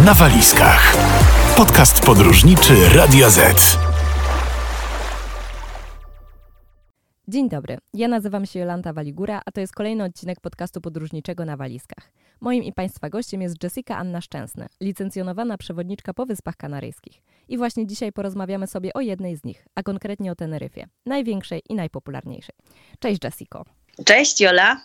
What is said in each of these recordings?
na walizkach. Podcast podróżniczy Radia Z. Dzień dobry, ja nazywam się Jolanta Waligura, a to jest kolejny odcinek podcastu podróżniczego na walizkach. Moim i Państwa gościem jest Jessica Anna Szczęsny, licencjonowana przewodniczka po Wyspach Kanaryjskich. I właśnie dzisiaj porozmawiamy sobie o jednej z nich, a konkretnie o Teneryfie, największej i najpopularniejszej. Cześć Jessico. Cześć Jola.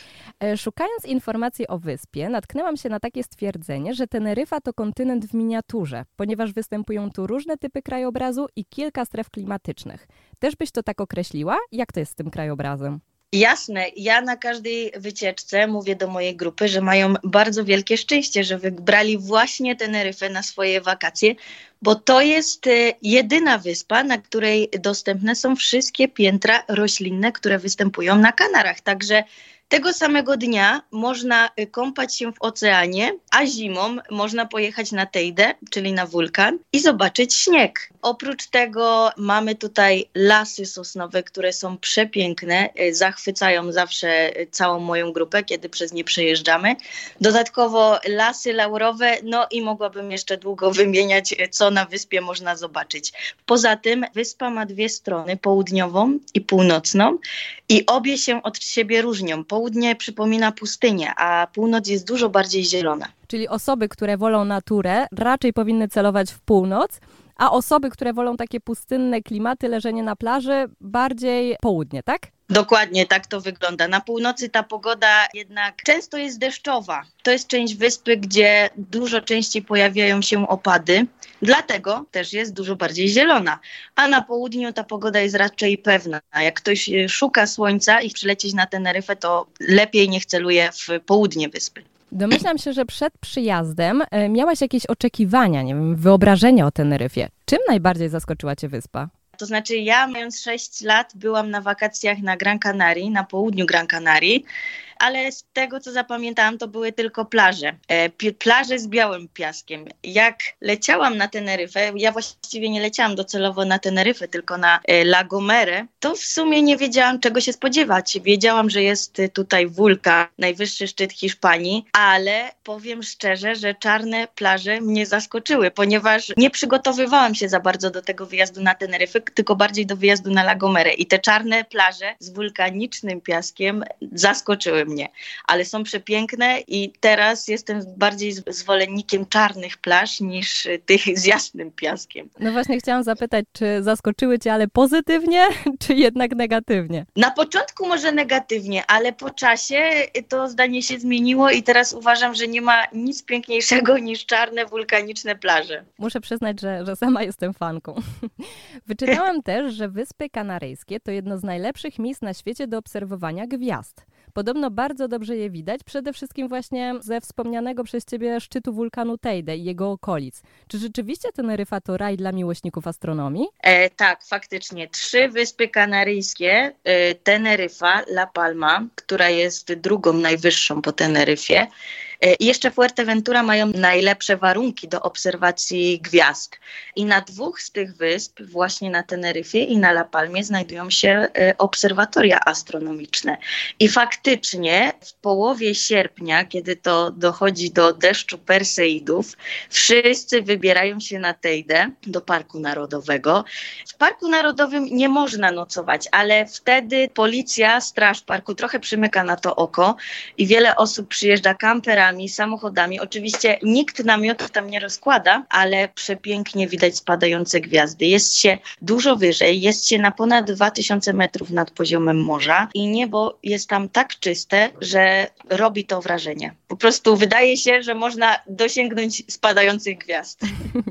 Szukając informacji o wyspie, natknęłam się na takie stwierdzenie, że Teneryfa to kontynent w miniaturze, ponieważ występują tu różne typy krajobrazu i kilka stref klimatycznych. Też byś to tak określiła? Jak to jest z tym krajobrazem? Jasne, ja na każdej wycieczce mówię do mojej grupy, że mają bardzo wielkie szczęście, że wybrali właśnie Teneryfę na swoje wakacje, bo to jest jedyna wyspa, na której dostępne są wszystkie piętra roślinne, które występują na Kanarach. Także tego samego dnia można kąpać się w oceanie, a zimą można pojechać na Teydę, czyli na wulkan, i zobaczyć śnieg. Oprócz tego mamy tutaj lasy sosnowe, które są przepiękne, zachwycają zawsze całą moją grupę, kiedy przez nie przejeżdżamy. Dodatkowo lasy laurowe, no i mogłabym jeszcze długo wymieniać, co na wyspie można zobaczyć. Poza tym wyspa ma dwie strony, południową i północną, i obie się od siebie różnią. Południe przypomina pustynię, a północ jest dużo bardziej zielona. Czyli osoby, które wolą naturę, raczej powinny celować w północ, a osoby, które wolą takie pustynne klimaty, leżenie na plaży, bardziej południe, tak? Dokładnie tak to wygląda. Na północy ta pogoda jednak często jest deszczowa. To jest część wyspy, gdzie dużo częściej pojawiają się opady, dlatego też jest dużo bardziej zielona. A na południu ta pogoda jest raczej pewna. Jak ktoś szuka słońca i przylecieć na Teneryfę, to lepiej niech celuje w południe wyspy. Domyślam się, że przed przyjazdem miałaś jakieś oczekiwania, nie wiem, wyobrażenia o Teneryfie. Czym najbardziej zaskoczyła Cię wyspa? To znaczy ja, mając 6 lat, byłam na wakacjach na Gran Canaria, na południu Gran Canaria, ale z tego, co zapamiętałam, to były tylko plaże. Plaże z białym piaskiem. Jak leciałam na Teneryfę, ja właściwie nie leciałam docelowo na Teneryfę, tylko na La Gomera, to w sumie nie wiedziałam, czego się spodziewać. Wiedziałam, że jest tutaj wulkan, najwyższy szczyt Hiszpanii, ale powiem szczerze, że czarne plaże mnie zaskoczyły, ponieważ nie przygotowywałam się za bardzo do tego wyjazdu na Teneryfę, tylko bardziej do wyjazdu na La Gomera. I te czarne plaże z wulkanicznym piaskiem zaskoczyły mnie, ale są przepiękne i teraz jestem bardziej zwolennikiem czarnych plaż niż tych z jasnym piaskiem. No właśnie chciałam zapytać, czy zaskoczyły Cię, ale pozytywnie, czy jednak negatywnie? Na początku może negatywnie, ale po czasie to zdanie się zmieniło i teraz uważam, że nie ma nic piękniejszego niż czarne, wulkaniczne plaże. Muszę przyznać, że sama jestem fanką. Wyczytałam też, że Wyspy Kanaryjskie to jedno z najlepszych miejsc na świecie do obserwowania gwiazd. Podobno bardzo dobrze je widać, przede wszystkim właśnie ze wspomnianego przez Ciebie szczytu wulkanu Teydę i jego okolic. Czy rzeczywiście Teneryfa to raj dla miłośników astronomii? Tak, faktycznie. 3 wyspy kanaryjskie, Teneryfa, La Palma, która jest drugą najwyższą po Teneryfie, i jeszcze Fuerteventura mają najlepsze warunki do obserwacji gwiazd. I na 2 z tych wysp, właśnie na Teneryfie i na La Palmie, znajdują się obserwatoria astronomiczne. I faktycznie w połowie sierpnia, kiedy to dochodzi do deszczu Perseidów, wszyscy wybierają się na Teydę, do Parku Narodowego. W Parku Narodowym nie można nocować, ale wtedy policja, straż parku trochę przymyka na to oko i wiele osób przyjeżdża kamperami, samochodami. Oczywiście nikt namiotów tam nie rozkłada, ale przepięknie widać spadające gwiazdy. Jest się dużo wyżej, jest się na ponad 2000 metrów nad poziomem morza i niebo jest tam tak czyste, że robi to wrażenie. Po prostu wydaje się, że można dosięgnąć spadających gwiazd.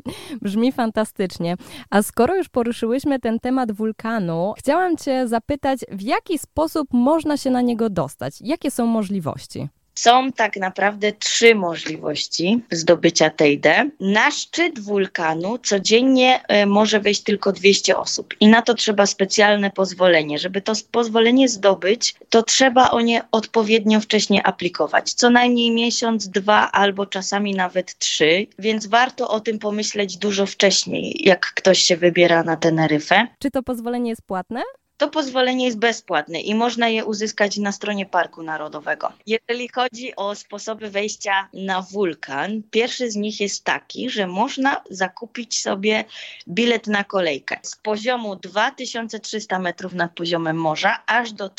Brzmi fantastycznie. A skoro już poruszyłyśmy ten temat wulkanu, chciałam Cię zapytać, w jaki sposób można się na niego dostać? Jakie są możliwości? Są tak naprawdę 3 możliwości zdobycia Teydę. Na szczyt wulkanu codziennie może wejść tylko 200 osób i na to trzeba specjalne pozwolenie. Żeby to pozwolenie zdobyć, to trzeba o nie odpowiednio wcześnie aplikować. Co najmniej miesiąc, 2 albo czasami nawet 3, więc warto o tym pomyśleć dużo wcześniej, jak ktoś się wybiera na Teneryfę. Czy to pozwolenie jest płatne? To pozwolenie jest bezpłatne i można je uzyskać na stronie Parku Narodowego. Jeżeli chodzi o sposoby wejścia na wulkan, pierwszy z nich jest taki, że można zakupić sobie bilet na kolejkę. Z poziomu 2300 metrów nad poziomem morza aż do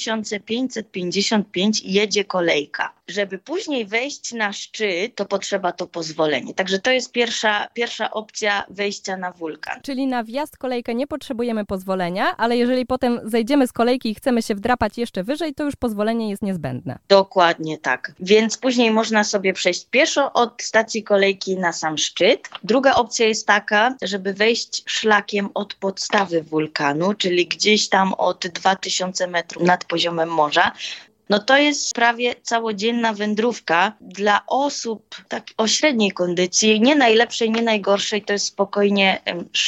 3555 jedzie kolejka. Żeby później wejść na szczyt, to potrzeba to pozwolenie. Także to jest pierwsza opcja wejścia na wulkan. Czyli na wjazd kolejkę nie potrzebujemy pozwolenia, ale jeżeli potem zejdziemy z kolejki i chcemy się wdrapać jeszcze wyżej, to już pozwolenie jest niezbędne. Dokładnie tak. Więc później można sobie przejść pieszo od stacji kolejki na sam szczyt. Druga opcja jest taka, żeby wejść szlakiem od podstawy wulkanu, czyli gdzieś tam od 2000 metrów nad poziomem morza. No to jest prawie całodzienna wędrówka dla osób tak o średniej kondycji, nie najlepszej, nie najgorszej, to jest spokojnie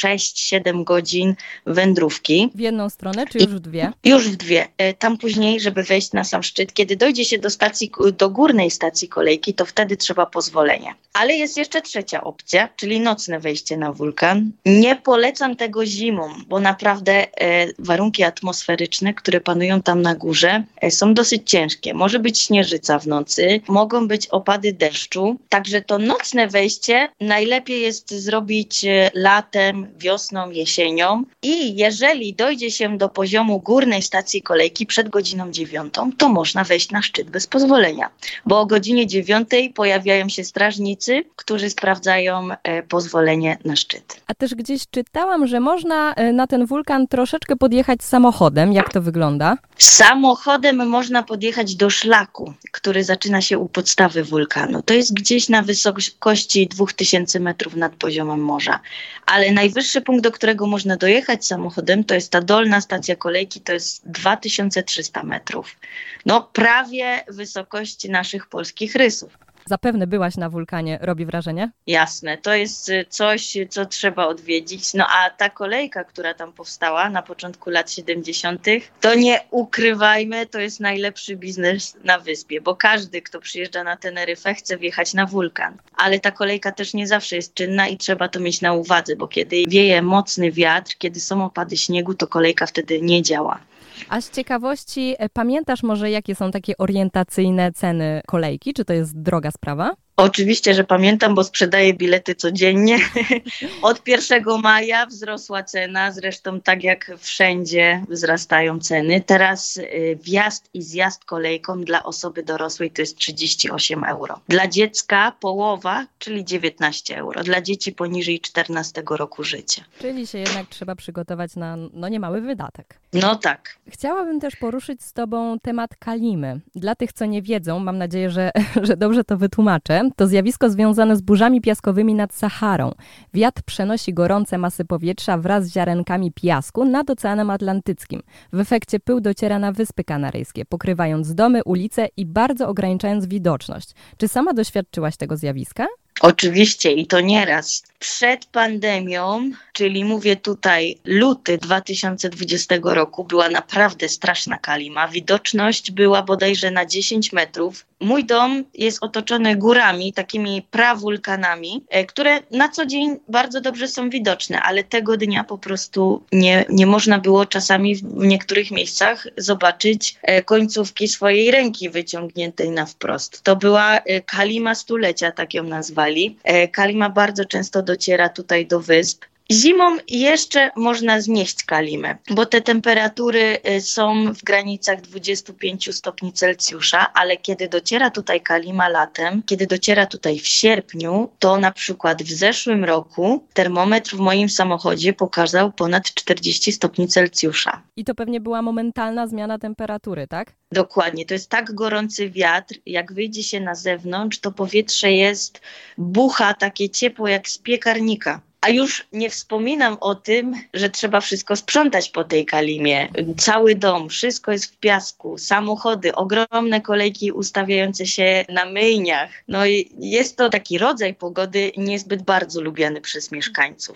6-7 godzin wędrówki. W jedną stronę, czy już w dwie? Już w dwie. Tam później, żeby wejść na sam szczyt, kiedy dojdzie się do górnej stacji kolejki, to wtedy trzeba pozwolenie. Ale jest jeszcze trzecia opcja, czyli nocne wejście na wulkan. Nie polecam tego zimą, bo naprawdę warunki atmosferyczne, które panują tam na górze, są dosyć ciężkie. Może być śnieżyca w nocy, mogą być opady deszczu, także to nocne wejście najlepiej jest zrobić latem, wiosną, jesienią i jeżeli dojdzie się do poziomu górnej stacji kolejki przed godziną 9, to można wejść na szczyt bez pozwolenia, bo o godzinie 9 pojawiają się strażnicy, którzy sprawdzają pozwolenie na szczyt. A też gdzieś czytałam, że można na ten wulkan troszeczkę podjechać samochodem. Jak to wygląda? Samochodem można podjechać do szlaku, który zaczyna się u podstawy wulkanu. To jest gdzieś na wysokości 2000 metrów nad poziomem morza. Ale najwyższy punkt, do którego można dojechać samochodem, to jest ta dolna stacja kolejki, to jest 2300 metrów. No prawie wysokości naszych polskich Rysów. Zapewne byłaś na wulkanie, robi wrażenie? Jasne, to jest coś, co trzeba odwiedzić. No a ta kolejka, która tam powstała na początku lat 70., to nie ukrywajmy, to jest najlepszy biznes na wyspie, bo każdy, kto przyjeżdża na Teneryfę, chce wjechać na wulkan. Ale ta kolejka też nie zawsze jest czynna i trzeba to mieć na uwadze, bo kiedy wieje mocny wiatr, kiedy są opady śniegu, to kolejka wtedy nie działa. A z ciekawości, pamiętasz może, jakie są takie orientacyjne ceny kolejki? Czy to jest droga sprawa? Oczywiście, że pamiętam, bo sprzedaję bilety codziennie. Od 1 maja wzrosła cena, zresztą tak jak wszędzie wzrastają ceny. Teraz wjazd i zjazd kolejką dla osoby dorosłej to jest 38 euro. Dla dziecka połowa, czyli 19 euro. Dla dzieci poniżej 14 roku życia. Czyli się jednak trzeba przygotować na niemały wydatek. No tak. Chciałabym też poruszyć z Tobą temat kalimy. Dla tych, co nie wiedzą, mam nadzieję, że dobrze to wytłumaczę, to zjawisko związane z burzami piaskowymi nad Saharą. Wiatr przenosi gorące masy powietrza wraz z ziarenkami piasku nad Oceanem Atlantyckim. W efekcie pył dociera na Wyspy Kanaryjskie, pokrywając domy, ulice i bardzo ograniczając widoczność. Czy sama doświadczyłaś tego zjawiska? Oczywiście i to nieraz. Przed pandemią, czyli mówię tutaj luty 2020 roku, była naprawdę straszna kalima. Widoczność była bodajże na 10 metrów. Mój dom jest otoczony górami, takimi prawulkanami, które na co dzień bardzo dobrze są widoczne, ale tego dnia po prostu nie można było czasami w niektórych miejscach zobaczyć końcówki swojej ręki wyciągniętej na wprost. To była kalima stulecia, tak ją nazwali. Kalima bardzo często dociera tutaj do wysp. Zimą jeszcze można znieść kalimę, bo te temperatury są w granicach 25 stopni Celsjusza, ale kiedy dociera tutaj kalima latem, kiedy dociera tutaj w sierpniu, to na przykład w zeszłym roku termometr w moim samochodzie pokazał ponad 40 stopni Celsjusza. I to pewnie była momentalna zmiana temperatury, tak? Dokładnie, to jest tak gorący wiatr, jak wyjdzie się na zewnątrz, to powietrze jest bucha, takie ciepło jak z piekarnika. A już nie wspominam o tym, że trzeba wszystko sprzątać po tej kalimie. Cały dom, wszystko jest w piasku, samochody, ogromne kolejki ustawiające się na myjniach. No i jest to taki rodzaj pogody niezbyt bardzo lubiany przez mieszkańców.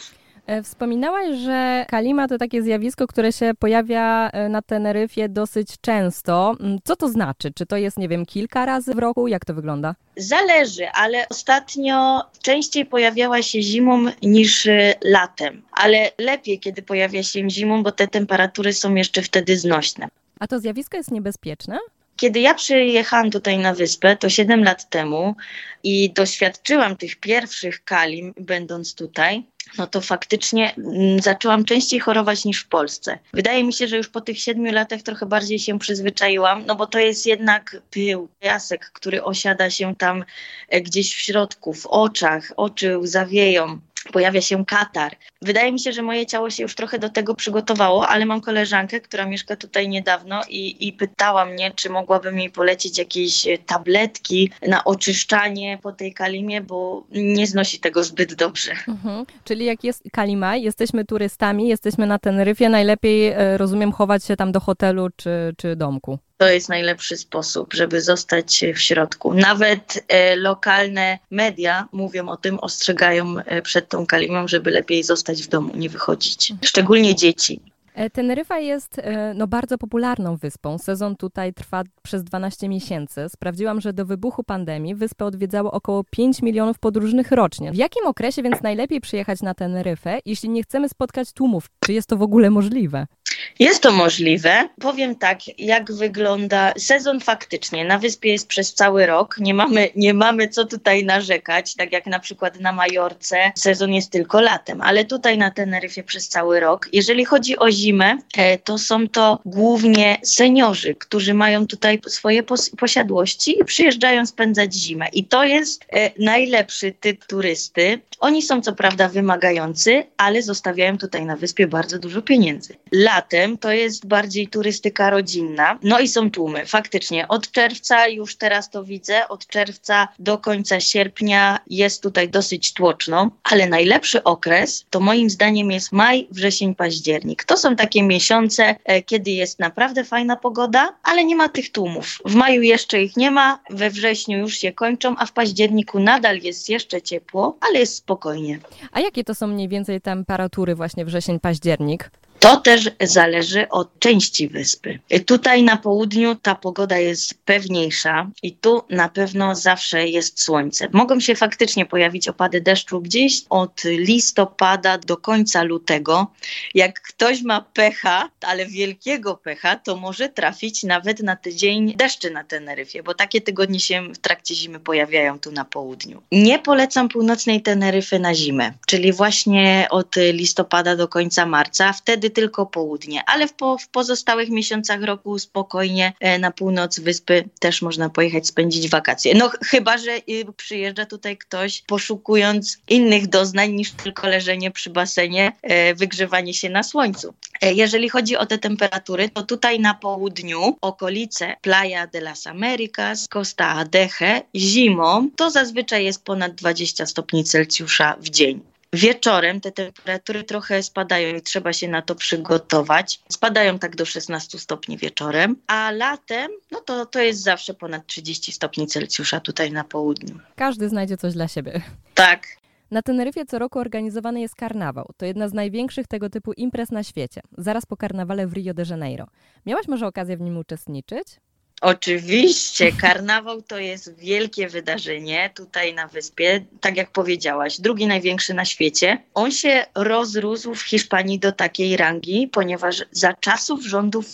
Wspominałaś, że kalima to takie zjawisko, które się pojawia na Teneryfie dosyć często. Co to znaczy? Czy to jest, nie wiem, kilka razy w roku? Jak to wygląda? Zależy, ale ostatnio częściej pojawiała się zimą niż latem. Ale lepiej, kiedy pojawia się zimą, bo te temperatury są jeszcze wtedy znośne. A to zjawisko jest niebezpieczne? Kiedy ja przyjechałam tutaj na wyspę, to 7 lat temu i doświadczyłam tych pierwszych kalim, będąc tutaj, no to faktycznie zaczęłam częściej chorować niż w Polsce. Wydaje mi się, że już po tych 7 latach trochę bardziej się przyzwyczaiłam, no bo to jest jednak pył, piasek, który osiada się tam gdzieś w środku, w oczach, oczy łzawieją. Pojawia się katar. Wydaje mi się, że moje ciało się już trochę do tego przygotowało, ale mam koleżankę, która mieszka tutaj niedawno i pytała mnie, czy mogłabym jej polecić jakieś tabletki na oczyszczanie po tej kalimie, bo nie znosi tego zbyt dobrze. Czyli jak jest kalima, jesteśmy turystami, jesteśmy na Teneryfie, najlepiej, rozumiem, chować się tam do hotelu czy domku. To jest najlepszy sposób, żeby zostać w środku. Nawet lokalne media mówią o tym, ostrzegają przed tą kalimą, żeby lepiej zostać w domu, nie wychodzić. Szczególnie dzieci. Teneryfa jest bardzo popularną wyspą. Sezon tutaj trwa przez 12 miesięcy. Sprawdziłam, że do wybuchu pandemii wyspę odwiedzało około 5 milionów podróżnych rocznie. W jakim okresie więc najlepiej przyjechać na Teneryfę, jeśli nie chcemy spotkać tłumów? Czy jest to w ogóle możliwe? Jest to możliwe. Powiem tak, jak wygląda sezon faktycznie. Na wyspie jest przez cały rok. Nie mamy co tutaj narzekać, tak jak na przykład na Majorce. Sezon jest tylko latem, ale tutaj na Teneryfie przez cały rok. Jeżeli chodzi o zimę, to są to głównie seniorzy, którzy mają tutaj swoje posiadłości i przyjeżdżają spędzać zimę. I to jest najlepszy typ turysty. Oni są co prawda wymagający, ale zostawiają tutaj na wyspie bardzo dużo pieniędzy. Latem to jest bardziej turystyka rodzinna. No i są tłumy. Faktycznie od czerwca, już teraz to widzę, od czerwca do końca sierpnia jest tutaj dosyć tłoczno, ale najlepszy okres to moim zdaniem jest maj, wrzesień, październik. To są takie miesiące, kiedy jest naprawdę fajna pogoda, ale nie ma tych tłumów. W maju jeszcze ich nie ma, we wrześniu już się kończą, a w październiku nadal jest jeszcze ciepło, ale jest spokojnie. A jakie to są mniej więcej temperatury właśnie wrzesień, październik? To też zależy od części wyspy. Tutaj na południu ta pogoda jest pewniejsza i tu na pewno zawsze jest słońce. Mogą się faktycznie pojawić opady deszczu gdzieś od listopada do końca lutego. Jak ktoś ma pecha, ale wielkiego pecha, to może trafić nawet na tydzień deszczy na Teneryfie, bo takie tygodnie się w trakcie zimy pojawiają tu na południu. Nie polecam północnej Teneryfy na zimę, czyli właśnie od listopada do końca marca. Wtedy tylko południe, ale w pozostałych miesiącach roku spokojnie na północ wyspy też można pojechać spędzić wakacje. No chyba, że przyjeżdża tutaj ktoś poszukując innych doznań niż tylko leżenie przy basenie, wygrzewanie się na słońcu. Jeżeli chodzi o te temperatury, to tutaj na południu okolice Playa de las Americas, Costa Adeje zimą to zazwyczaj jest ponad 20 stopni Celsjusza w dzień. Wieczorem te temperatury trochę spadają i trzeba się na to przygotować. Spadają tak do 16 stopni wieczorem, a latem to jest zawsze ponad 30 stopni Celsjusza tutaj na południu. Każdy znajdzie coś dla siebie. Tak. Na Teneryfie co roku organizowany jest karnawał. To jedna z największych tego typu imprez na świecie. Zaraz po karnawale w Rio de Janeiro. Miałaś może okazję w nim uczestniczyć? Oczywiście, karnawał to jest wielkie wydarzenie tutaj na wyspie, tak jak powiedziałaś, drugi największy na świecie. On się rozrósł w Hiszpanii do takiej rangi, ponieważ za czasów rządów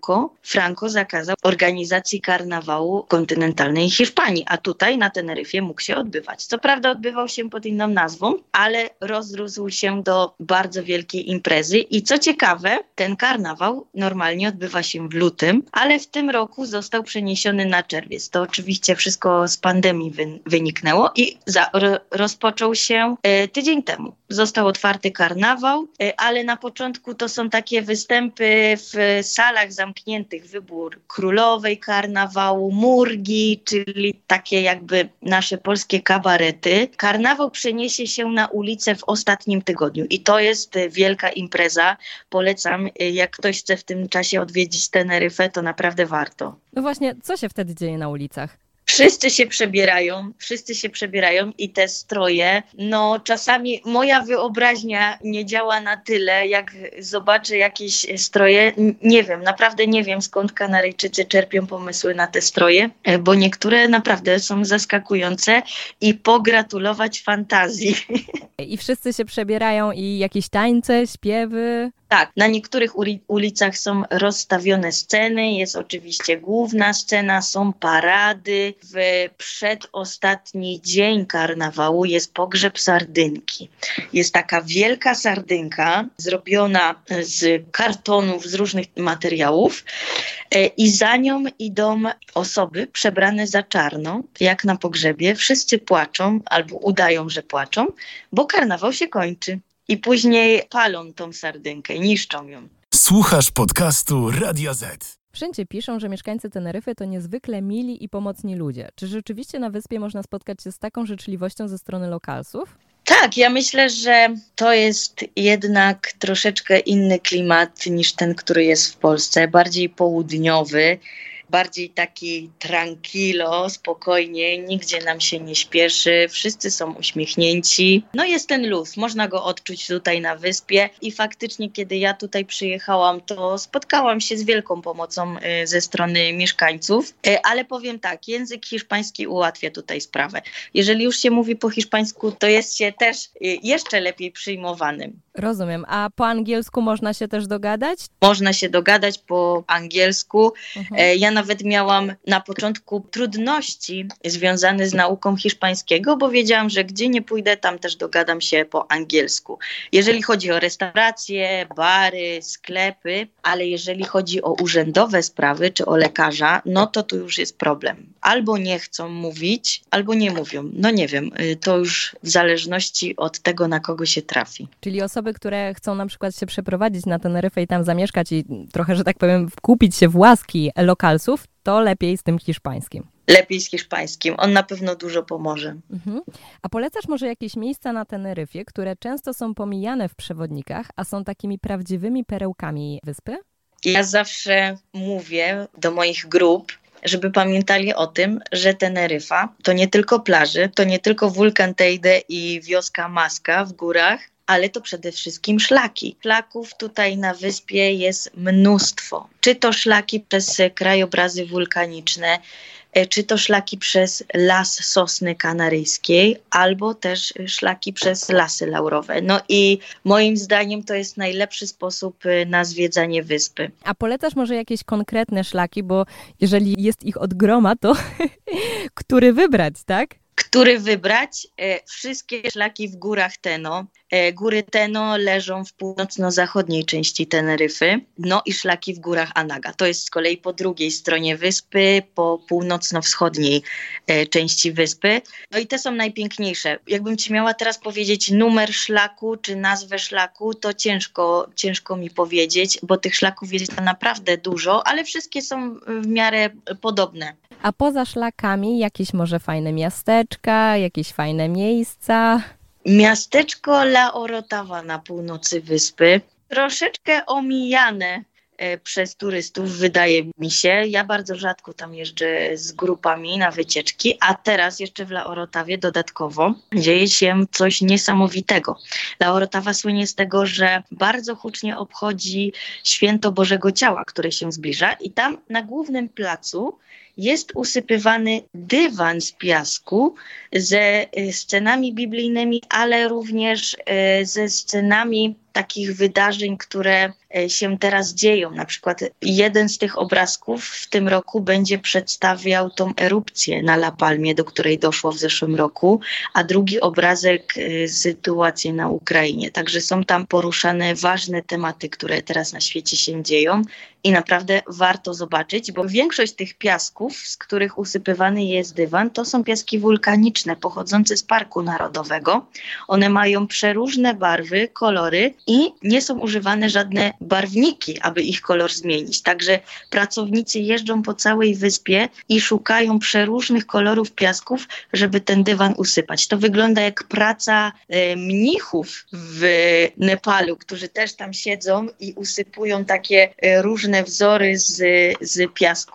Franco zakazał organizacji karnawału kontynentalnej Hiszpanii, a tutaj na Teneryfie mógł się odbywać. Co prawda odbywał się pod inną nazwą, ale rozrósł się do bardzo wielkiej imprezy i co ciekawe, ten karnawał normalnie odbywa się w lutym, ale w tym roku został przeniesiony na czerwiec. To oczywiście wszystko z pandemii wyniknęło i rozpoczął się tydzień temu. Został otwarty karnawał, ale na początku to są takie występy w salach zamkniętych, wybór królowej karnawału, murgi, czyli takie jakby nasze polskie kabarety. Karnawał przeniesie się na ulicę w ostatnim tygodniu i to jest wielka impreza. Polecam, jak ktoś chce w tym czasie odwiedzić Teneryfę, to naprawdę warto. No właśnie, co się wtedy dzieje na ulicach? Wszyscy się przebierają i te stroje, no czasami moja wyobraźnia nie działa na tyle, jak zobaczę jakieś stroje, nie wiem, naprawdę nie wiem skąd Kanaryjczycy czerpią pomysły na te stroje, bo niektóre naprawdę są zaskakujące i pogratulować fantazji. I wszyscy się przebierają i jakieś tańce, śpiewy. Tak, na niektórych ulicach są rozstawione sceny, jest oczywiście główna scena, są parady. W przedostatni dzień karnawału jest pogrzeb sardynki. Jest taka wielka sardynka zrobiona z kartonów, z różnych materiałów i za nią idą osoby przebrane za czarno, jak na pogrzebie. Wszyscy płaczą albo udają, że płaczą, bo karnawał się kończy. I później palą tą sardynkę, niszczą ją. Słuchasz podcastu Radia Z. Wszędzie piszą, że mieszkańcy Teneryfy to niezwykle mili i pomocni ludzie. Czy rzeczywiście na wyspie można spotkać się z taką życzliwością ze strony lokalsów? Tak, ja myślę, że to jest jednak troszeczkę inny klimat niż ten, który jest w Polsce, bardziej południowy. Bardziej taki tranquilo, spokojnie, nigdzie nam się nie śpieszy, wszyscy są uśmiechnięci. No jest ten luz, można go odczuć tutaj na wyspie i faktycznie kiedy ja tutaj przyjechałam, to spotkałam się z wielką pomocą ze strony mieszkańców, ale powiem tak, język hiszpański ułatwia tutaj sprawę. Jeżeli już się mówi po hiszpańsku, to jest się też jeszcze lepiej przyjmowanym. Rozumiem, a po angielsku można się też dogadać? Można się dogadać po angielsku. Ja nawet miałam na początku trudności związane z nauką hiszpańskiego, bo wiedziałam, że gdzie nie pójdę, tam też dogadam się po angielsku. Jeżeli chodzi o restauracje, bary, sklepy, ale jeżeli chodzi o urzędowe sprawy czy o lekarza, no to tu już jest problem. Albo nie chcą mówić, albo nie mówią. No nie wiem, to już w zależności od tego, na kogo się trafi. Czyli osoby, które chcą na przykład się przeprowadzić na Teneryfę i tam zamieszkać i trochę, że tak powiem, wkupić się w łaski lokalsów, to lepiej z tym hiszpańskim. Lepiej z hiszpańskim. On na pewno dużo pomoże. A polecasz może jakieś miejsca na Teneryfie, które często są pomijane w przewodnikach, a są takimi prawdziwymi perełkami wyspy? Ja zawsze mówię do moich grup, żeby pamiętali o tym, że Teneryfa to nie tylko plaże, to nie tylko wulkan Teide i wioska Maska w górach, ale to przede wszystkim szlaki. Szlaków tutaj na wyspie jest mnóstwo. Czy to szlaki przez krajobrazy wulkaniczne, czy to szlaki przez las sosny kanaryjskiej, albo też szlaki przez lasy laurowe. No i moim zdaniem to jest najlepszy sposób na zwiedzanie wyspy. A polecasz może jakieś konkretne szlaki, bo jeżeli jest ich od groma, to który wybrać, tak? Który wybrać? Wszystkie szlaki w górach Teno. Góry Teno leżą w północno-zachodniej części Teneryfy, no i szlaki w górach Anaga. To jest z kolei po drugiej stronie wyspy, po północno-wschodniej części wyspy. No i te są najpiękniejsze. Jakbym ci miała teraz powiedzieć numer szlaku czy nazwę szlaku, to ciężko mi powiedzieć, bo tych szlaków jest naprawdę dużo, ale wszystkie są w miarę podobne. A poza szlakami jakieś może fajne miasteczka, jakieś fajne miejsca? Miasteczko La Orotava na północy wyspy, troszeczkę omijane przez turystów, wydaje mi się. Ja bardzo rzadko tam jeżdżę z grupami na wycieczki, a teraz jeszcze w La Orotavie dodatkowo dzieje się coś niesamowitego. La Orotava słynie z tego, że bardzo hucznie obchodzi święto Bożego Ciała, które się zbliża i tam na głównym placu jest usypywany dywan z piasku ze scenami biblijnymi, ale również ze scenami takich wydarzeń, które się teraz dzieją. Na przykład jeden z tych obrazków w tym roku będzie przedstawiał tą erupcję na La Palmie, do której doszło w zeszłym roku, a drugi obrazek sytuację na Ukrainie. Także są tam poruszane ważne tematy, które teraz na świecie się dzieją i naprawdę warto zobaczyć, bo większość tych piasków, z których usypywany jest dywan, to są piaski wulkaniczne pochodzące z Parku Narodowego. One mają przeróżne barwy, kolory i nie są używane żadne barwniki, aby ich kolor zmienić. Także pracownicy jeżdżą po całej wyspie i szukają przeróżnych kolorów piasków, żeby ten dywan usypać. To wygląda jak praca mnichów w Nepalu, którzy też tam siedzą i usypują takie różne wzory z piasków.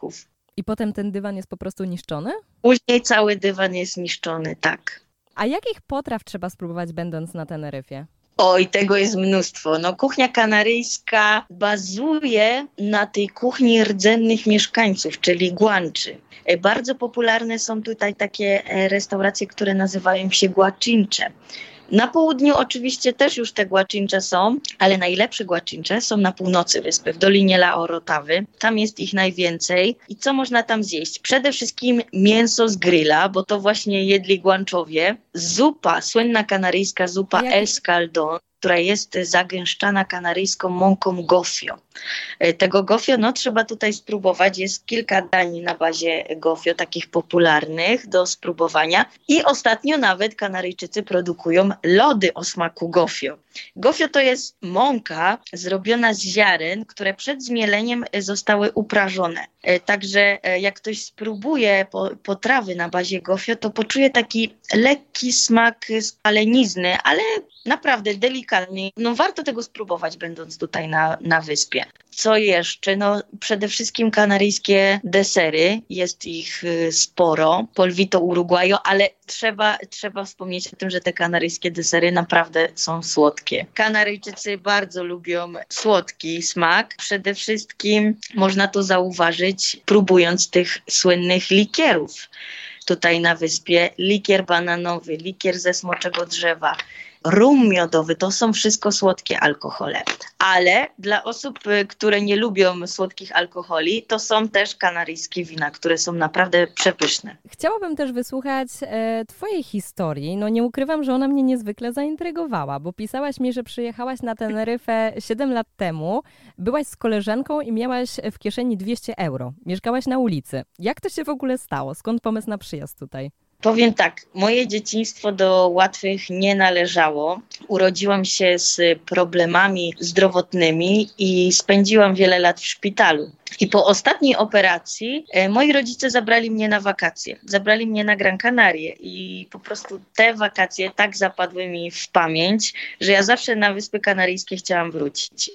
I potem ten dywan jest po prostu niszczony? Później cały dywan jest niszczony, tak. A jakich potraw trzeba spróbować będąc na Teneryfie? Oj, tego jest mnóstwo. No, kuchnia kanaryjska bazuje na tej kuchni rdzennych mieszkańców, czyli guanczy. Bardzo popularne są tutaj takie restauracje, które nazywają się guacincze. Na południu oczywiście też już te guacincze są, ale najlepsze guacincze są na północy wyspy, w Dolinie La Orotawy. Tam jest ich najwięcej. I co można tam zjeść? Przede wszystkim mięso z grilla, bo to właśnie jedli guanczowie. Zupa, słynna kanaryjska zupa escaldón, która jest zagęszczana kanaryjską mąką gofio. Tego gofio trzeba tutaj spróbować. Jest kilka dań na bazie gofio, takich popularnych do spróbowania. I ostatnio nawet Kanaryjczycy produkują lody o smaku gofio. Gofio to jest mąka zrobiona z ziaren, które przed zmieleniem zostały uprażone. Także jak ktoś spróbuje potrawy na bazie gofio, to poczuje taki lekki smak spalenizny, ale naprawdę delikatny. Warto tego spróbować, będąc tutaj na wyspie. Co jeszcze? Przede wszystkim kanaryjskie desery. Jest ich sporo. Polvito Uruguayo, ale trzeba wspomnieć o tym, że te kanaryjskie desery naprawdę są słodkie. Kanaryjczycy bardzo lubią słodki smak. Przede wszystkim można to zauważyć, próbując tych słynnych likierów. Tutaj na wyspie likier bananowy, likier ze smoczego drzewa, rum miodowy, to są wszystko słodkie alkohole. Ale dla osób, które nie lubią słodkich alkoholi, to są też kanaryjskie wina, które są naprawdę przepyszne. Chciałabym też wysłuchać twojej historii. Nie ukrywam, że ona mnie niezwykle zaintrygowała, bo pisałaś mi, że przyjechałaś na Teneryfę 7 lat temu, byłaś z koleżanką i miałaś w kieszeni 200 euro. Mieszkałaś na ulicy. Jak to się w ogóle stało? Skąd pomysł na przyjazd tutaj? Powiem tak, moje dzieciństwo do łatwych nie należało. Urodziłam się z problemami zdrowotnymi i spędziłam wiele lat w szpitalu. I po ostatniej operacji moi rodzice zabrali mnie na wakacje. Zabrali mnie na Gran Canaria i po prostu te wakacje tak zapadły mi w pamięć, że ja zawsze na Wyspy Kanaryjskie chciałam wrócić.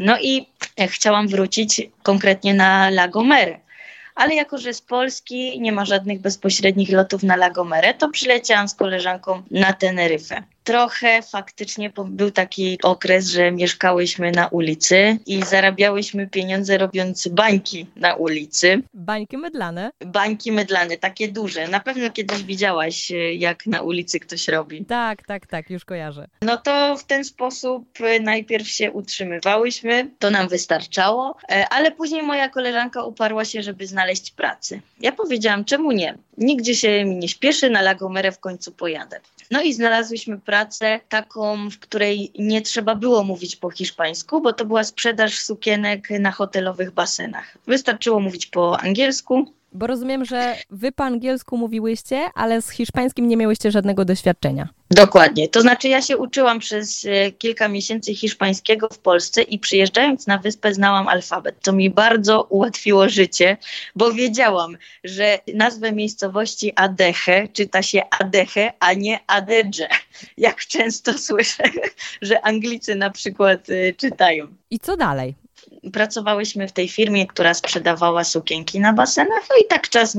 I chciałam wrócić konkretnie na La Gomera. Ale jako, że z Polski nie ma żadnych bezpośrednich lotów na La Gomerę, to przyleciałam z koleżanką na Teneryfę. Trochę faktycznie był taki okres, że mieszkałyśmy na ulicy i zarabiałyśmy pieniądze robiąc bańki na ulicy. Bańki mydlane? Bańki mydlane, takie duże. Na pewno kiedyś widziałaś, jak na ulicy ktoś robi. Tak, już kojarzę. To w ten sposób najpierw się utrzymywałyśmy, to nam wystarczało, ale później moja koleżanka uparła się, żeby znaleźć pracę. Ja powiedziałam, czemu nie? Nigdzie się mi nie śpieszy, na La Gomerę w końcu pojadę. I znalazłyśmy pracę taką, w której nie trzeba było mówić po hiszpańsku, bo to była sprzedaż sukienek na hotelowych basenach. Wystarczyło mówić po angielsku. Bo rozumiem, że wy po angielsku mówiłyście, ale z hiszpańskim nie miałyście żadnego doświadczenia. Dokładnie. To znaczy ja się uczyłam przez kilka miesięcy hiszpańskiego w Polsce i przyjeżdżając na wyspę znałam alfabet, co mi bardzo ułatwiło życie, bo wiedziałam, że nazwę miejscowości Adeje czyta się Adeje, a nie Adeje. Jak często słyszę, że Anglicy na przykład czytają. I co dalej? Pracowałyśmy w tej firmie, która sprzedawała sukienki na basenach, i tak czas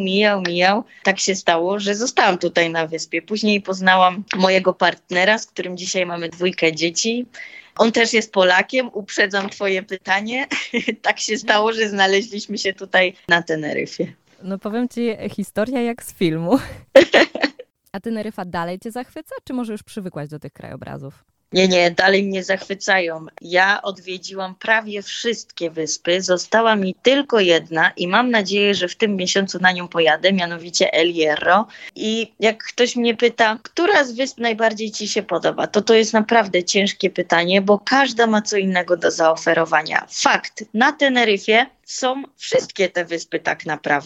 mijał. Tak się stało, że zostałam tutaj na wyspie. Później poznałam mojego partnera, z którym dzisiaj mamy 2 dzieci. On też jest Polakiem, uprzedzam twoje pytanie. Tak się stało, że znaleźliśmy się tutaj na Teneryfie. Powiem ci, historia jak z filmu. A Teneryfa dalej cię zachwyca, czy może już przywykłaś do tych krajobrazów? Nie, dalej mnie zachwycają. Ja odwiedziłam prawie wszystkie wyspy, została mi tylko jedna i mam nadzieję, że w tym miesiącu na nią pojadę, mianowicie El Hierro. I jak ktoś mnie pyta, która z wysp najbardziej ci się podoba, to jest naprawdę ciężkie pytanie, bo każda ma co innego do zaoferowania. Fakt, na Teneryfie są wszystkie te wyspy tak naprawdę.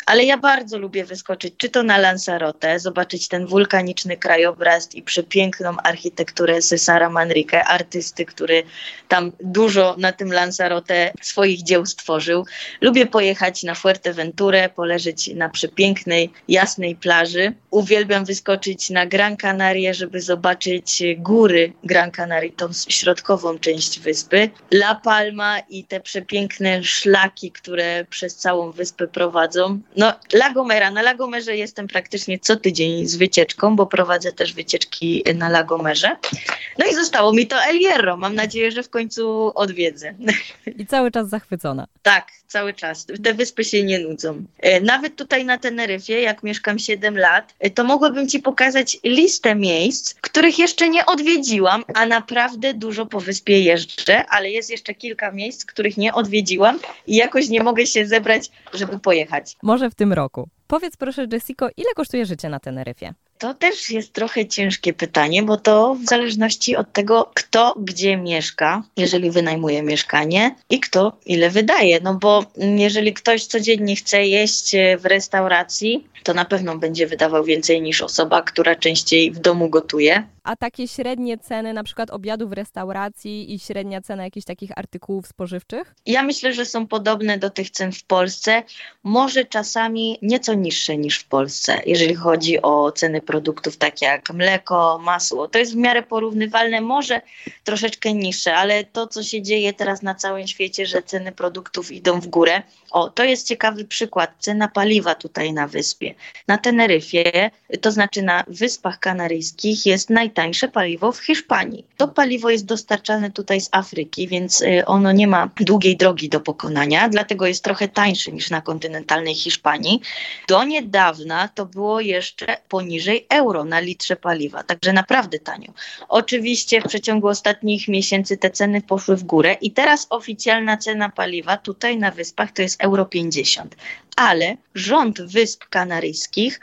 ale ja bardzo lubię wyskoczyć, czy to na Lanzarote, zobaczyć ten wulkaniczny krajobraz i przepiękną architekturę Cesara Manrique, artysty, który tam dużo na tym Lanzarote swoich dzieł stworzył. Lubię pojechać na Fuerteventurę, poleżeć na przepięknej, jasnej plaży. Uwielbiam wyskoczyć na Gran Canaria, żeby zobaczyć góry Gran Canaria, tą środkową część wyspy. La Palma i te przepiękne szlaki, które przez całą wyspę prowadzą. No, La Gomera. Na La Gomerze jestem praktycznie co tydzień z wycieczką, bo prowadzę też wycieczki na La Gomerze. No i zostało mi to El Hierro. Mam nadzieję, że w końcu odwiedzę. I cały czas zachwycona. Tak, cały czas. Te wyspy się nie nudzą. Nawet tutaj na Teneryfie, jak mieszkam 7 lat, to mogłabym Ci pokazać listę miejsc, których jeszcze nie odwiedziłam, a naprawdę dużo po wyspie jeżdżę, ale jest jeszcze kilka miejsc, których nie odwiedziłam i jakoś nie mogę się zebrać, żeby pojechać. Może w tym roku. Powiedz proszę, Jessico, ile kosztuje życie na Teneryfie? To też jest trochę ciężkie pytanie, bo to w zależności od tego, kto gdzie mieszka, jeżeli wynajmuje mieszkanie i kto ile wydaje. No bo jeżeli ktoś codziennie chce jeść w restauracji, to na pewno będzie wydawał więcej niż osoba, która częściej w domu gotuje. A takie średnie ceny, na przykład obiadu w restauracji i średnia cena jakichś takich artykułów spożywczych? Ja myślę, że są podobne do tych cen w Polsce, może czasami nieco niższe niż w Polsce, jeżeli chodzi o ceny produktów takie jak mleko, masło. To jest w miarę porównywalne, może troszeczkę niższe, ale to, co się dzieje teraz na całym świecie, że ceny produktów idą w górę. O, to jest ciekawy przykład. Cena paliwa tutaj na wyspie. Na Teneryfie, to znaczy na Wyspach Kanaryjskich, jest najtańsze paliwo w Hiszpanii. To paliwo jest dostarczane tutaj z Afryki, więc ono nie ma długiej drogi do pokonania, dlatego jest trochę tańsze niż na kontynentalnej Hiszpanii. Do niedawna to było jeszcze poniżej euro na litrze paliwa, także naprawdę tanio. Oczywiście w przeciągu ostatnich miesięcy te ceny poszły w górę i teraz oficjalna cena paliwa tutaj na Wyspach to jest euro 50. Ale rząd Wysp Kanaryjskich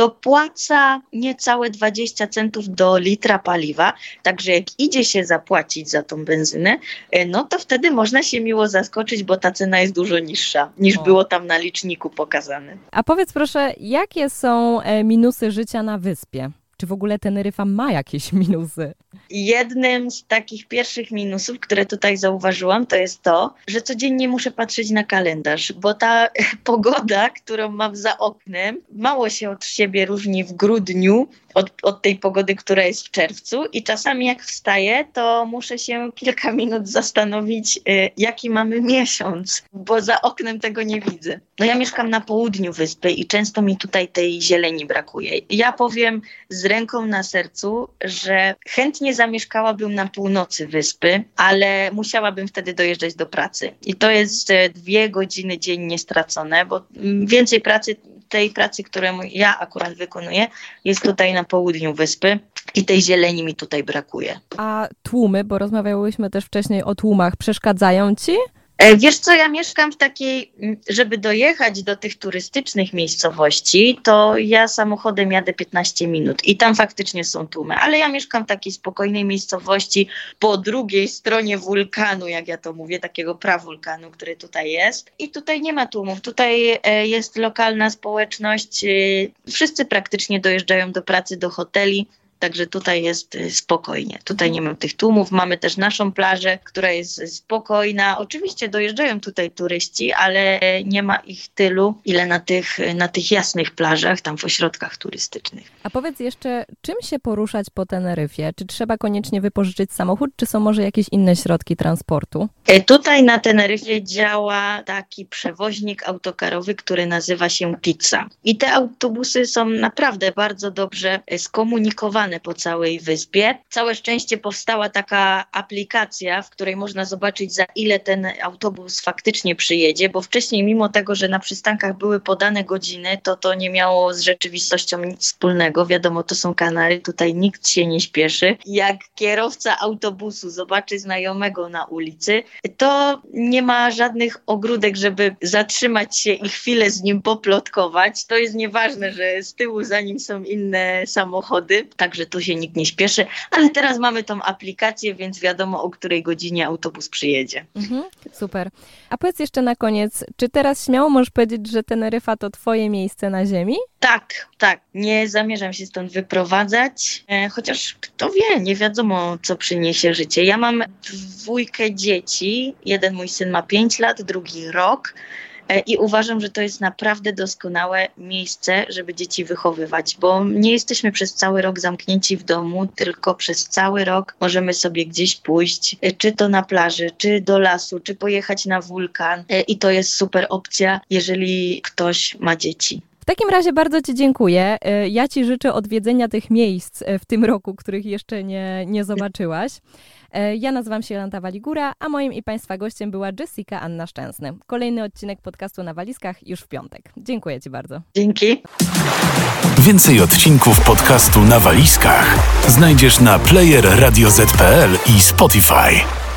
dopłaca niecałe 20 centów do litra paliwa, także jak idzie się zapłacić za tą benzynę, no to wtedy można się miło zaskoczyć, bo ta cena jest dużo niższa niż było tam na liczniku pokazane. A powiedz proszę, jakie są minusy życia na wyspie? Czy w ogóle Teneryfa ma jakieś minusy? Jednym z takich pierwszych minusów, które tutaj zauważyłam, to jest to, że codziennie muszę patrzeć na kalendarz, bo ta pogoda, którą mam za oknem, mało się od siebie różni w grudniu od tej pogody, która jest w czerwcu i czasami jak wstaję, to muszę się kilka minut zastanowić, jaki mamy miesiąc, bo za oknem tego nie widzę. No ja mieszkam na południu wyspy i często mi tutaj tej zieleni brakuje. Ja powiem z ręką na sercu, że chętnie zamieszkałabym na północy wyspy, ale musiałabym wtedy dojeżdżać do pracy. I to jest 2 godziny dziennie stracone, bo więcej tej pracy, którą ja akurat wykonuję, jest tutaj na południu wyspy i tej zieleni mi tutaj brakuje. A tłumy, bo rozmawiałyśmy też wcześniej o tłumach, przeszkadzają Ci? Wiesz co, ja mieszkam w takiej, żeby dojechać do tych turystycznych miejscowości, to ja samochodem jadę 15 minut i tam faktycznie są tłumy, ale ja mieszkam w takiej spokojnej miejscowości po drugiej stronie wulkanu, jak ja to mówię, takiego prawulkanu, który tutaj jest i tutaj nie ma tłumów, tutaj jest lokalna społeczność, wszyscy praktycznie dojeżdżają do pracy, do hoteli. Także tutaj jest spokojnie. Tutaj nie mam tych tłumów. Mamy też naszą plażę, która jest spokojna. Oczywiście dojeżdżają tutaj turyści, ale nie ma ich tylu, ile na tych jasnych plażach, tam w ośrodkach turystycznych. A powiedz jeszcze, czym się poruszać po Teneryfie? Czy trzeba koniecznie wypożyczyć samochód, czy są może jakieś inne środki transportu? Tutaj na Teneryfie działa taki przewoźnik autokarowy, który nazywa się Pizza. I te autobusy są naprawdę bardzo dobrze skomunikowane po całej wyspie. Całe szczęście powstała taka aplikacja, w której można zobaczyć, za ile ten autobus faktycznie przyjedzie, bo wcześniej mimo tego, że na przystankach były podane godziny, to nie miało z rzeczywistością nic wspólnego. Wiadomo, to są Kanary, tutaj nikt się nie śpieszy. Jak kierowca autobusu zobaczy znajomego na ulicy, to nie ma żadnych ogródek, żeby zatrzymać się i chwilę z nim poplotkować. To jest nieważne, że z tyłu za nim są inne samochody, także że tu się nikt nie śpieszy, ale teraz mamy tą aplikację, więc wiadomo, o której godzinie autobus przyjedzie. Super. A powiedz jeszcze na koniec, czy teraz śmiało możesz powiedzieć, że Teneryfa to twoje miejsce na ziemi? Tak. Nie zamierzam się stąd wyprowadzać, chociaż kto wie, nie wiadomo, co przyniesie życie. Ja mam 2 dzieci, jeden mój syn ma 5 lat, drugi rok. I uważam, że to jest naprawdę doskonałe miejsce, żeby dzieci wychowywać, bo nie jesteśmy przez cały rok zamknięci w domu, tylko przez cały rok możemy sobie gdzieś pójść, czy to na plaży, czy do lasu, czy pojechać na wulkan. I to jest super opcja, jeżeli ktoś ma dzieci. W takim razie bardzo Ci dziękuję. Ja Ci życzę odwiedzenia tych miejsc w tym roku, których jeszcze nie zobaczyłaś. Ja nazywam się Jolanta Waligura, a moim i Państwa gościem była Jessica Anna Szczęsny. Kolejny odcinek podcastu Na Walizkach już w piątek. Dziękuję Ci bardzo. Dzięki. Więcej odcinków podcastu Na Walizkach znajdziesz na player Radio ZPL i Spotify.